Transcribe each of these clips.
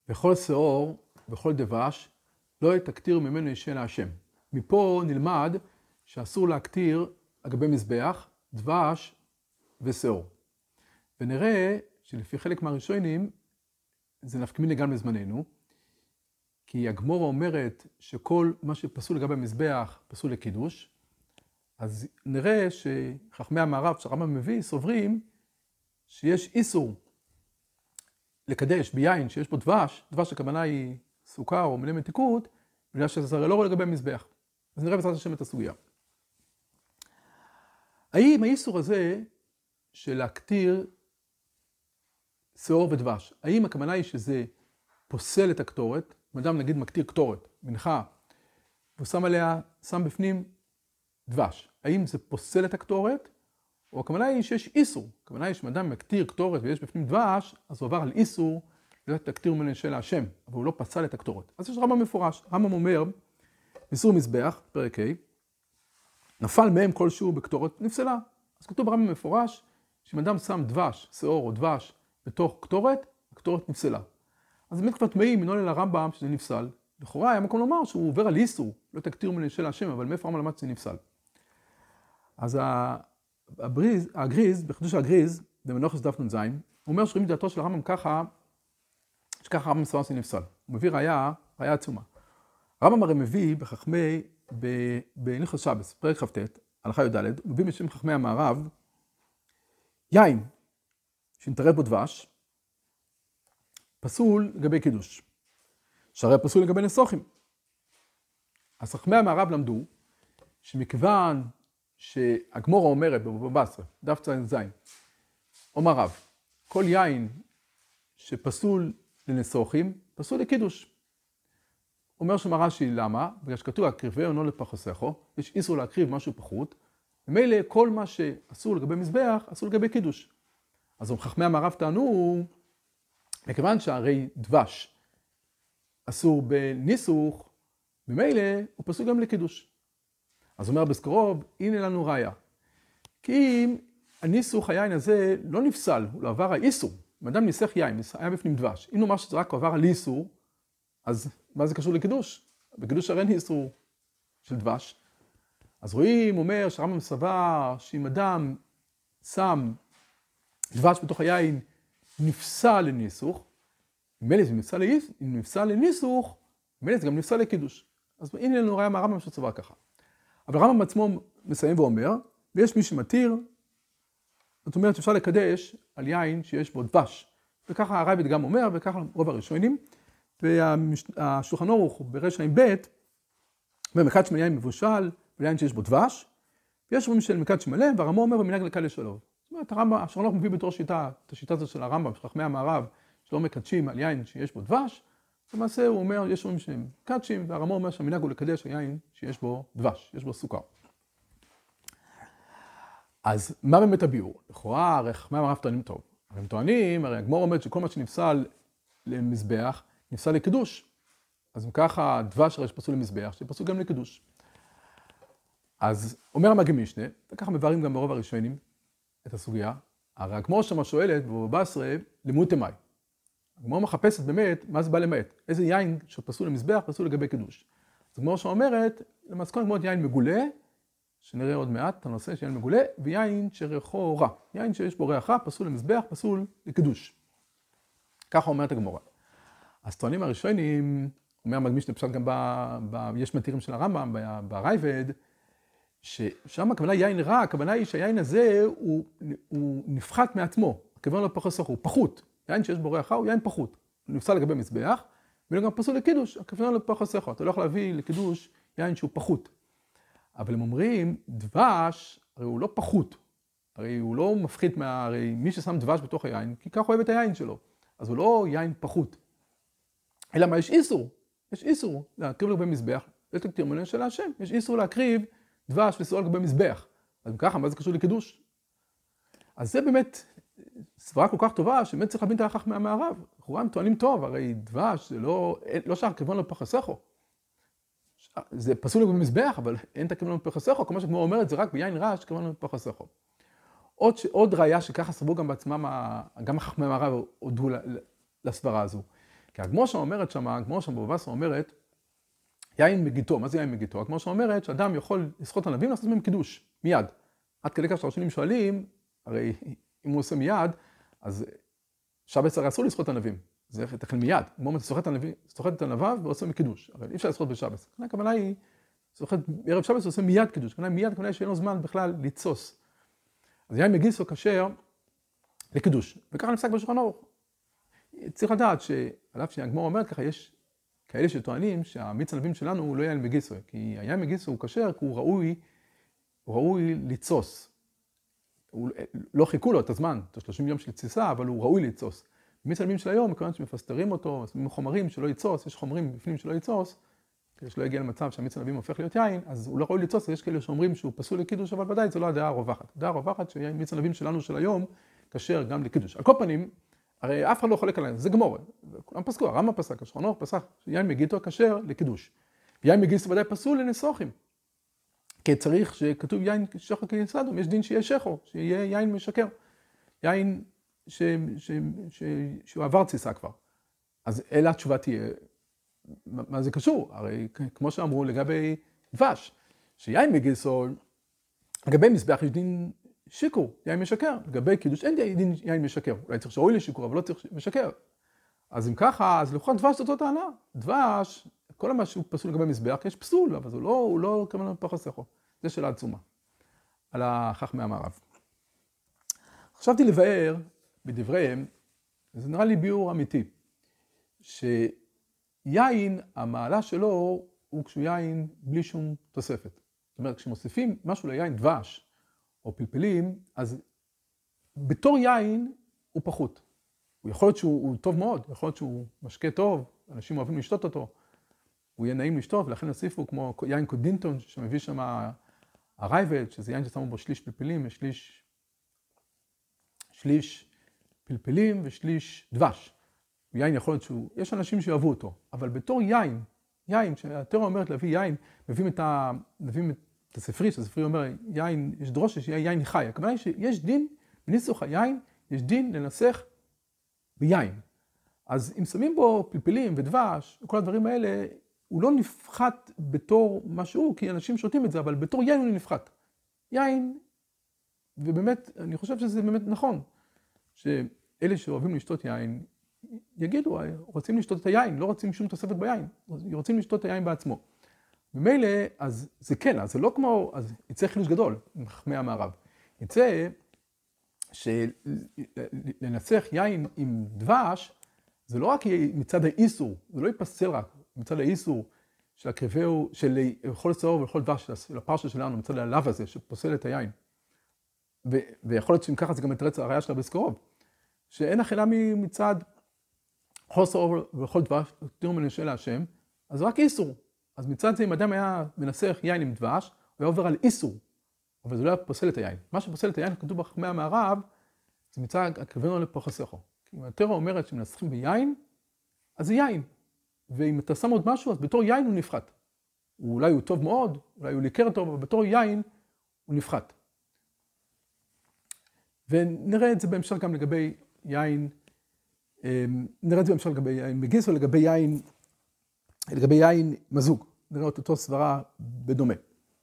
וכל שאור וכל דבש לא תקטיר ממנו אישה להשם. מפה נלמד שאסור להקטיר על גבי מזבח, דבש ושאור. ונראה שלפי חלק מהראשונים זה נפקא מינה גם לזמננו, כי הגמורה אומרת שכל מה שפסול לגבי מזבח פסול לקידוש, אז נראה שחכמי המערב שהרמב"ם מביא סוברים שיש איסור לקדש ביין שיש בו דבש, דבש הכוונה היא סוכר או מיני מתיקות, בגלל שזה הרי לא לגבי מזבח. אז נראה בעזרת השם את הסוגיה. האם האיסור הזה של להקטיר שאור ודבש, האם הכוונה היא שזה פוסל את הקטורת? אם אדם נגיד מקטיר קטורת, מנחה, והוא שם בפנים דבש, האם זה פוסל את הקטורת? או הכוונה היא שיש איסור, הכוונה היא שאדם מקטיר קטורת ויש בפנים דבש, אז הוא עבר על איסור, לא תקטיר ממנו אישה להשם, אבל הוא לא פסל את הקטורת. אז יש רמב"ם מפורש, רמב"ם אומר, איסור מזבח, פרק ה', נפל מהם כלשהו בקטורת, נפסלה. אז כתוב ברמב"ם מפורש, שאם אדם שם דבש, שאור או דבש, בתוך קטורת, הקטורת נפסלה. אז באמת כבר תמהים מנהל אל הרמב"ם שזה נפסל. לכאורה היה מקום לומר שהוא עובר על איסור, לא תקטיר ממנו אישה להשם, אבל מאיפה הרמב"ם למד שזה נפסל? אז הגריז, בחידוש הגריז, במנוחס דף נ"ז, הוא אומר שרואים דעתו של הרמב"ם ככה, שככה הרמב"ם סבר שזה נפסל. הוא מביא ראיה עצומה. הרמב"ם הרי מביא בחכמי, בהלכות שבס, פרק כ"ט, הלכה י"ד, הוא מביא בשם חכמי המערב, יין שנתערב בו דבש, פסול לגבי קידוש, שהרי פסול לגבי נסוכים. אז חכמי המערב למדו, שמכיוון שהגמורה אומרת בבבא בסרה, דף צ"ז, אומר רב, כל יין שפסול לנסוכים, פסול לקידוש. אומר שם רש"י, למה? בגלל שכתוב, הקריבי עונו לפחוסךו, יש איסור להקריב משהו פחות, ומילא כל מה שאסור לגבי מזבח, אסור לגבי קידוש. אז חכמי המערב טענו, מכיוון שהרי דבש אסור בניסוך, במילא הוא פסול גם לקידוש. אז אומר בסקרוב, הנה לנו ראיה. כי אם הניסוך היין הזה לא נפסל, הוא לא עבר האיסור. אם אדם ניסח יין, היה בפנים דבש. אם נאמר שזה רק עבר על איסור, אז מה זה קשור לקידוש? בקידוש הרי אין איסור של דבש. אז רואים, אומר שהרמב"ם סבר שאם אדם שם דבש בתוך היין, נפסל לניסוך, ממילא זה נפסל לניסוך, ממילא זה גם נפסל לקידוש. אז הנה לנו ראיה מהרמב"ם שסבר ככה. אבל הרמב"ם עצמו מסיים ואומר, ויש מי שמתיר, זאת אומרת שאפשר לקדש על יין שיש בו דבש. וככה הרייבד גם אומר, וככה רוב הראשונים, והשולחן ערוך ברש ע"ב, במקדש יין מבושל, ויין שיש בו דבש, ויש רואים של מקדש מלא, והרמב"ם אומר במנהג לקל לשלום. זאת אומרת, השולחן ערוך מביא בתור שיטה, את השיטה הזאת של הרמב"ם, של חכמי המערב, שלא מקדשים על יין שיש בו דבש, למעשה הוא אומר, יש רואים שהם מקדשים, והרמב"ם אומר שהמנהג הוא לקדש על יין שיש בו דבש, יש בו סוכר. אז מה באמת הביאור? לכאורה, הרי חכמי המערב טוענים טוב. הם טוענים, הרי הגמרא אומרת שכל מה שנפסל למזבח, נפסל לקידוש. אז אם ככה, דבש הרי שפסול למזבח, שפסול גם לקידוש. אז אומר המגיד משנה, וככה מבארים גם ברוב הראשונים את הסוגיה, הרי הגמרא שמה שואלת בבבא בסרה, לימוד תמאי. הגמרא מחפשת באמת מה זה בא למעט. איזה יין שפסול למזבח, פסול לגבי קידוש. אז הגמרא שאומרת, למעשה הגמרא יין מגולה, שנראה עוד מעט את הנושא של יין מגולה, ויין שריחו רע. יין שיש בו ריח רע, פסול למזבח, פסול לקידוש. ככה אומרת הגמרא. אז טוענים הראשונים, אומר המגיד משנה פשט גם יש מתירים של הרמב"ם, ברייבד, ששם הכוונה יין רע, הכוונה היא שהיין הזה הוא נפחת מעצמו. הכוונה לא פחות סחור, הוא פחות. יין שיש בו ריח רע הוא יין פחות. הוא נפסל לגבי מזבח, וגם פסול לקידוש. הכוונה לא פחות סחור. אתה לא יכול להביא לקידוש יין שהוא פחות. אבל הם אומרים, דבש, הרי הוא לא פחות. הרי הוא לא מפחית הרי מי ששם דבש בתוך היין, כי כך אוהב את היין שלו. אז הוא לא יין פחות. אלא מה? יש איסור. יש איסור להקריב לגבי מזבח, לא תקטיר ממנו אישה להשם. יש איסור להקריב דבש ושאור לגבי מזבח. אז ככה, מה זה קשור לקידוש? אז זה באמת סברה כל כך טובה, שבאמת צריך להבין את ההכרח מהמערב. לכאורה הם טוענים טוב, הרי דבש זה לא שהקריבון לפחסךו. זה פסול לגבי מזבח, אבל אין את הקריבון לפחסךו, כמו שכמו אומרת, זה רק ביין רע שקריבון לפחסךו. עוד ראיה שככה סברו גם בעצמם, גם החכמי המערב הודו לסברה הזו. כי הגמור שם אומרת שם, הגמור שם בבבא בתרא אומרת, יין מגיתו. מה זה יין מגיתו? הגמור שם אומרת שאדם יכול לשחות ענבים לעשות מהם קידוש, מיד. עד כדי כך שהראשונים שואלים, הרי אם הוא עושה מיד, אז שבס הרי אסור לשחות ענבים. זה תכן מיד. כמו סוחט את ענביו ועושה מקידוש. הרי אי אפשר לשחות בשבס. הכוונה היא, סוחט בערב שבס ועושה מיד קידוש. הכוונה היא שאין לו זמן בכלל לתסוס. אז יין מגיסו כשר לקידוש. וככה נפסק בשולחן ערוך. צריך לדעת שעל אף שהגמרא אומרת ככה, יש כאלה שטוענים שהמיץ ענבים שלנו הוא לא יין מגיסו. כי היין מגיסו הוא כשר, כי הוא ראוי לתסוס. לא חיכו לו את הזמן, את 30 יום של תסיסה, אבל הוא ראוי לתסוס. במיץ ענבים של היום, מכיוון שמפסטרים אותו, שמים חומרים שלא יתסוס, יש חומרים בפנים שלא יתסוס, כדי שלא יגיע למצב שהמיץ ענבים הופך להיות יין, אז הוא לא ראוי לתסוס, יש כאלה שאומרים שהוא פסול לקידוש, אבל ודאי זה לא הדעה הרווחת. הדעה הרווחת שמיץ ענבים שלנו של היום, כשר גם לקידוש. על כל פנים, הרי אף אחד לא חולק עליהם, זה גמור. כולם פסקו, הרמב"ם פסק, השולחן ערוך פסק, שיין מגיתו כשר לקידוש. יין מגיסו ודאי פסול לנסוחים. כי צריך שכתוב יין שחר כיסדום, יש דין שיהיה שחר, שיהיה יין משקר. יין שהוא עבר תסיסה כבר. אז אלא התשובה תהיה, מה זה קשור? הרי כמו שאמרו לגבי דבש, שיין מגיסו, לגבי מזבח יש דין שיקור, יין משקר. לגבי קידוש אין דין יין משקר. אולי צריך שראוי לשיקור, אבל לא צריך משקר. אז אם ככה, אז לכאורה דבש זאת טענה. דבש, כל מה שהוא פסול לגבי מזבח, יש פסול, אבל הוא לא כמובן פח הסכו. זה שאלה עצומה. על חכמי המערב. חשבתי לבאר בדבריהם, זה נראה לי ביאור אמיתי, שיין, המעלה שלו הוא כשהוא יין בלי שום תוספת. זאת אומרת, כשמוסיפים משהו ליין דבש או פלפלים, אז בתור יין הוא פחות. הוא יכול להיות שהוא טוב מאוד, יכול להיות שהוא משקה טוב, אנשים אוהבים לשתות אותו, הוא יהיה נעים לשתות, ולכן נוסיפו כמו יין קודינטון, שמביא שם הרייבד, שזה יין ששמו בו שליש פלפלים, שליש פלפלים ושליש דבש. יין יכול להיות יש אנשים שאוהבו אותו, אבל בתור יין, שהתורה אומרת להביא יין, מביאים את הספרי, שהספרי אומר, יין, יש דרוש שיהיה יין חי. הכוונה היא שיש דין, בניסוח היין, יש דין לנסח ביין. אז אם שמים בו פלפלים ודבש, וכל הדברים האלה, הוא לא נפחת בתור משהו, כי אנשים שותים את זה, אבל בתור יין הוא נפחת. יין, ובאמת, אני חושב שזה באמת נכון, שאלה שאוהבים לשתות יין, יגידו, רוצים לשתות את היין, לא רוצים שום תוספת ביין, רוצים לשתות את היין בעצמו. במילא, אז זה כן, אז זה לא כמו, אז יצא חילוש גדול, מחכמי המערב. יצא שלנסח יין עם דבש, זה לא רק מצד האיסור, זה לא ייפסל רק, מצד האיסור של הקריבהו, של כל צהוב וכל דבש, של הפרשה שלנו, מצד הלאו הזה שפוסל את היין. ויכול להיות שאם ככה זה גם יתרץ הראיה שלה בסקרוב, שאין אכילה מצד כל צהוב וכל דבש, תראו מנשה להשם, אז רק איסור. אז מצד זה אם אדם היה מנסח יין עם דבש, הוא היה עובר על איסור, אבל זה לא היה פוסל את היין. מה שפוסל את היין, כתוב בחכמי המערב, זה מצד הקריבנו לפרחסךו. כי אם התורה אומרת שמנסחים ביין, אז זה יין. ואם אתה שם עוד משהו, אז בתור יין הוא נפחת. אולי הוא טוב מאוד, אולי הוא ליקר טוב, אבל בתור יין הוא נפחת. ונראה את זה בהמשך גם לגבי יין, נראה את זה בהמשך לגבי יין מגיס, או לגבי יין מזוג. נראה את אותו סברה בדומה.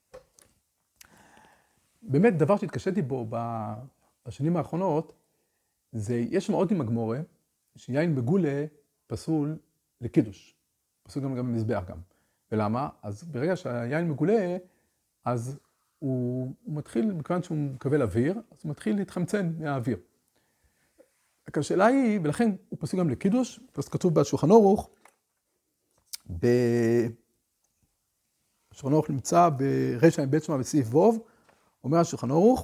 באמת, דבר שהתקשיתי בו בשנים האחרונות, זה, יש שם עוד עם הגמורה, שיין מגולה פסול לקידוש. פסול גם במזבח גם. ולמה? אז ברגע שהיין מגולה, אז הוא מתחיל, מכיוון שהוא מקבל אוויר, אז הוא מתחיל להתחמצן מהאוויר. השאלה היא, ולכן הוא פסול גם לקידוש, פסול כתוב בשולחן ערוך, השולחן ערוך נמצא ברשע עם בית שמע בסעיף ווב, אומר השולחן ערוך,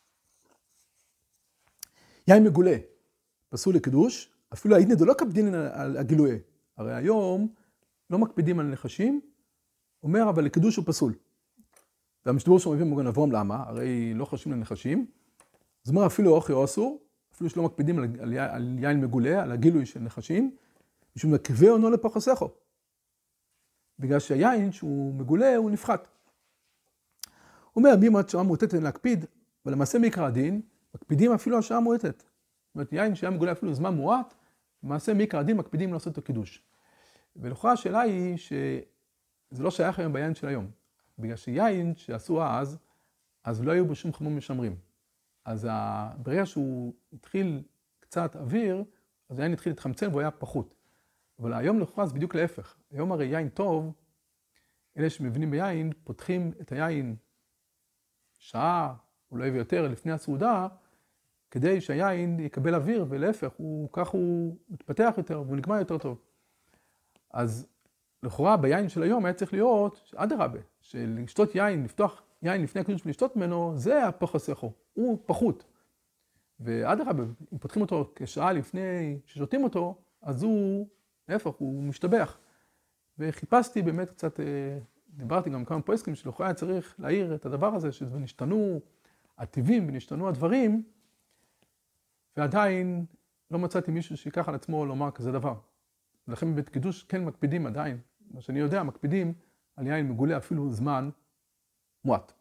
יין מגולה, פסול לקידוש, אפילו העידנא דלא קפדינן על הגילוי. הרי היום לא מקפידים על נחשים, אומר אבל לקידוש הוא פסול. והמשתבר שהוא מביא מגן אברהם למה? הרי לא חשים לנחשים. זאת אומרת אפילו אוכי או אסור, אפילו שלא מקפידים על יין מגולה, על הגילוי של נחשים, משום מקווה עונו לפרחסךו. בגלל שהיין שהוא מגולה הוא נפחת. הוא אומר, מי אמרת שעה מועטת אין להקפיד, אבל למעשה מעיקר הדין, מקפידים אפילו השעה מועטת. זאת אומרת, יין שהיה מגולה אפילו זמן מועט, למעשה מעיקר הדין מקפידים לעשות את הקידוש. ולכאורה השאלה היא שזה לא שייך היום ביין של היום. בגלל שיין שעשו אז לא היו בשום חמום משמרים. אז ברגע שהוא התחיל קצת אוויר, אז היין התחיל להתחמצן והוא היה פחות. אבל היום לכאורה זה בדיוק להפך. היום הרי יין טוב, אלה שמבינים ביין, פותחים את היין שעה, אולי ויותר, לפני הסעודה, כדי שהיין יקבל אוויר, ולהפך, כך הוא מתפתח יותר, והוא נגמר יותר טוב. אז לכאורה ביין של היום היה צריך להיות, אדרבה, שלשתות יין, לפתוח יין לפני הקידוש ולשתות ממנו, זה הפוך הסכו, הוא פחות. ואדרבה, אם פותחים אותו כשעה לפני ששותים אותו, אז הוא, להפך, הוא משתבח. וחיפשתי באמת קצת, דיברתי גם כמה פויסקים שלכאורה היה צריך להעיר את הדבר הזה, שנשתנו הטבעים ונשתנו הדברים, ועדיין לא מצאתי מישהו שיקח על עצמו לומר כזה דבר. ולכן בבית קידוש כן מקפידים עדיין, מה שאני יודע, מקפידים על יין מגולה אפילו זמן מועט.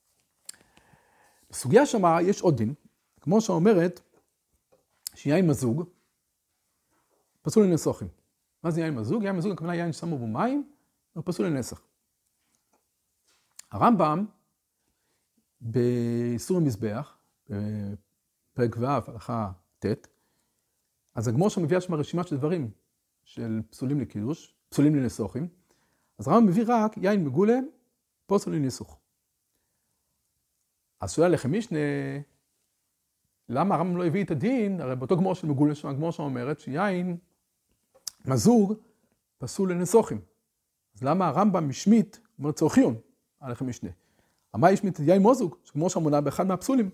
בסוגיה שמה יש עוד דין, כמו שאומרת שיין מזוג, פסול לנסוחים. מה זה יין מזוג? יין מזוג הכוונה יין שמו בו מים, הוא פסול לנסח. הרמב"ם באיסור המזבח, בפרק ו' הלכה ט', אז הגמור שם מביא שם רשימה של דברים של פסולים לקידוש, פסולים לנסוחים, אז הרמב"ם מביא רק יין מגולה, פסול לניסוך. אז שואל לכם משנה, למה הרמב"ם לא הביא את הדין? הרי באותו גמור של מגולה, הגמור שם אומרת שיין מזוג פסול לנסוחים. אז למה הרמב"ם משמיט, אומר צורכיון, הלכם משנה. מה ישמיט יין מוזוג, שכמו שמונה באחד מהפסולים.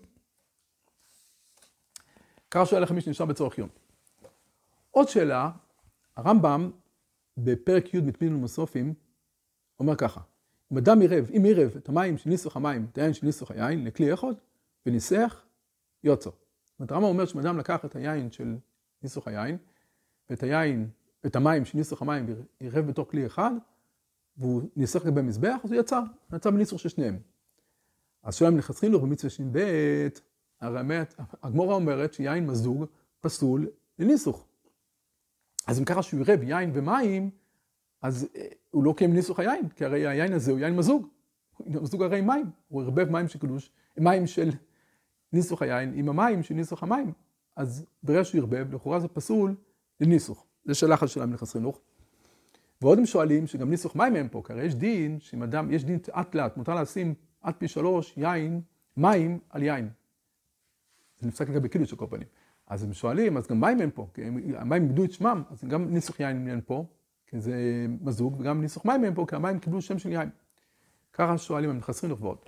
ככה שואל לכם משנה נשאר בצורכיון. עוד שאלה, הרמב"ם בפרק י' מתמידים ומסופים, אומר ככה, אם אדם אם עירב את המים של ניסוך המים, את היין של ניסוך היין, לכלי אחד, וניסח, יוצא. זאת אומרת, הרמב"ם אומר שאם אדם לקח את היין של ניסוך היין, ואת המים של ניסוך המים, ועירב בתוך כלי אחד, והוא ניסח לגבי מזבח, אז הוא יצא בניסוך של שניהם. אז שואלים לחסכין לו במצווה שין ב', הגמורה אומרת שיין מזוג פסול לניסוך. אז אם ככה שהוא עירב יין ומים, אז הוא לא קיים ניסוך היין, כי הרי היין הזה הוא יין מזוג. מזוג הרי מים, הוא ערבב מים של קדוש, מים של ניסוך היין עם המים של ניסוך המים. אז ברגע שהוא ערבב, לכאורה זה פסול לניסוך. זה שאלה אחת שלהם לחסכין לו. ועוד הם שואלים שגם ניסוך מים הם פה, כי הרי יש דין, שאם אדם, יש דין עד מותר לשים עד פי 3 מים על יין. זה נפסק לגבי קידוש של כל פנים. אז הם שואלים, אז גם מים הם פה, כי המים איבדו את שמם, אז גם ניסוך יין אין פה, כי זה מזוג, וגם ניסוך מים הם פה, כי המים קיבלו שם של יין. ככה שואלים, הם חסרים לכבוד.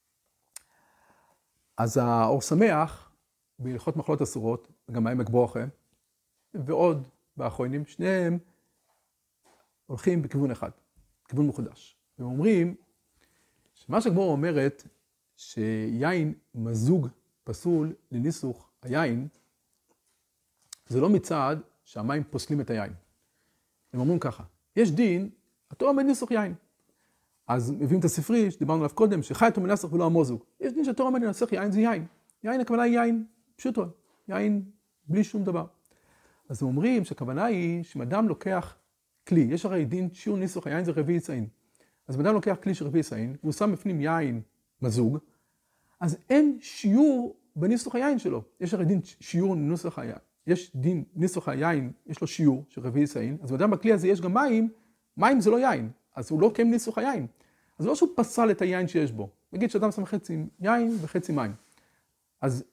אז האור שמח, בהלכות מחלות אסורות, וגם מים אגבוכה, ועוד באחרונים, שניהם הולכים בכיוון אחד, כיוון מחודש. והם אומרים, שמה שהגמורה אומרת, שיין מזוג פסול לניסוך היין, זה לא מצד שהמים פוסלים את היין. הם אומרים ככה, יש דין, התורה עומד ניסוך יין. אז מביאים את הספרי, שדיברנו עליו קודם, שחי אותו מנסח ולא המוזוג. יש דין שהתורה עומד לנסח יין, זה יין. יין הכוונה היא יין, פשוטו, יין בלי שום דבר. אז הם אומרים שהכוונה היא שאדם לוקח כלי, יש הרי דין שיעור ניסוך היין זה רביעי צעין. אז אדם לוקח כלי של רביעי צעין, והוא שם בפנים יין מזוג, אז אין שיעור בניסוך היין שלו. יש הרי דין שיעור ניסוך היין. יש דין ניסוך היין, יש לו שיעור של רביעי צעין, אז באדם בכלי הזה יש גם מים זה לא יין, אז הוא לא קיים ניסוך היין. אז לא שהוא פסל את היין שיש בו. נגיד שאדם שם חצי יין וחצי מים. אז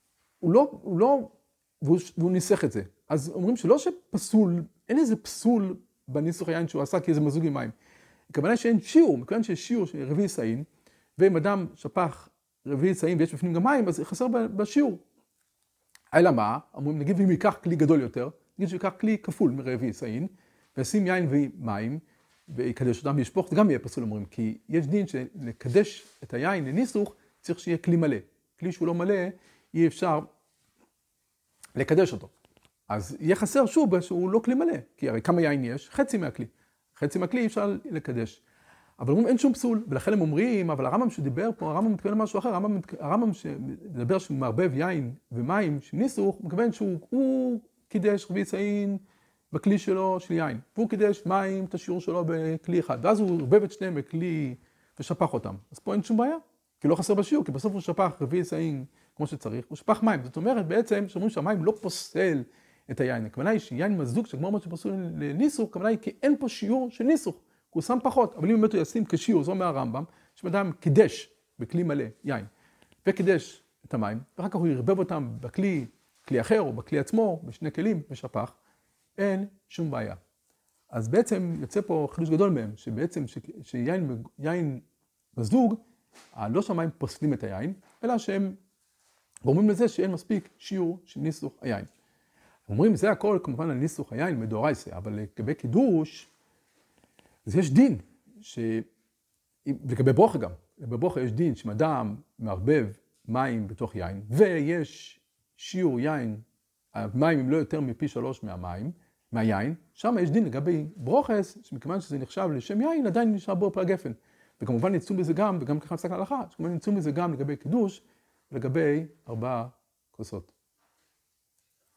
והוא ניסח את זה. אז אומרים שלא שפסול, אין איזה פסול בניסוך היין שהוא עשה כי זה מזוג עם מים. הכוונה שאין שיעור, מכיוון שיש שיעור של רביעי צעין, ואם אדם שפך רביעי צעין ויש בפנים גם מים, אז חסר בשיעור. אלא מה? אומרים, נגיד אם ייקח כלי גדול יותר, נגיד שיקח כלי כפול מרביעי צעין, וישים יין ומים, ויקדש אותם וישפוך, זה גם יהיה פסול, אומרים, כי יש דין שלקדש את היין לניסוך, צריך שיהיה כלי מלא. כלי שהוא לא מלא, אי אפשר לקדש אותו. אז יהיה חסר שוב שהוא לא כלי מלא, כי הרי כמה יין יש? חצי מהכלי. חצי מהכלי אי אפשר לקדש. אבל אומרים, אין שום פסול, ולכן הם אומרים, אבל הרמב"ם שדיבר פה, הרמב"ם מתכוון למשהו אחר, הרמב"ם שמדבר שהוא מערבב יין ומים של ניסוך, הוא מתכוון שהוא קידש רביעית סעין בכלי שלו של יין, והוא קידש מים את השיעור שלו בכלי אחד, ואז הוא ערבב את שניהם בכלי ושפך אותם. אז פה אין שום בעיה, כי לא חסר בשיעור, כי בסוף הוא שפך רביעית סעין כמו שצריך, הוא שפך מים. זאת אומרת בעצם שאומרים שהמים לא פוסל את היין. הכוונה היא שיין מזוג שגמור מאוד שפסול לניסוך, הכוונה היא כי אין פה שיעור של ניסוך, הוא שם פחות, אבל אם באמת הוא ישים כשיעור, זו מהרמב"ם, שבאדם קידש בכלי מלא יין, וקידש את המים, ואחר כך הוא ירבב אותם בכלי, כלי אחר או בכלי עצמו, בשני כלים, ושפך, אין שום בעיה. אז בעצם יוצא פה חידוש גדול מהם, שבעצם שיין מזוג, לא שהמים פוסלים את היין, אלא שהם גורמים לזה שאין מספיק שיעור של ניסוך היין. אומרים, זה הכל כמובן על ניסוך היין מדאורייתא, אבל לגבי קידוש, אז יש דין, ולגבי ברוכה גם, בברוכה יש דין שאם אדם מערבב מים בתוך יין, ויש שיעור יין, המים הם לא יותר מפי 3 מהיין, שם יש דין לגבי ברוכס, שמכיוון שזה נחשב לשם יין, עדיין נשאר בו פלג גפן. וכמובן ניצום בזה גם, וגם ככה נפסק להלכה, שכמובן ניצום בזה גם לגבי קידוש, ולגבי 4 כוסות.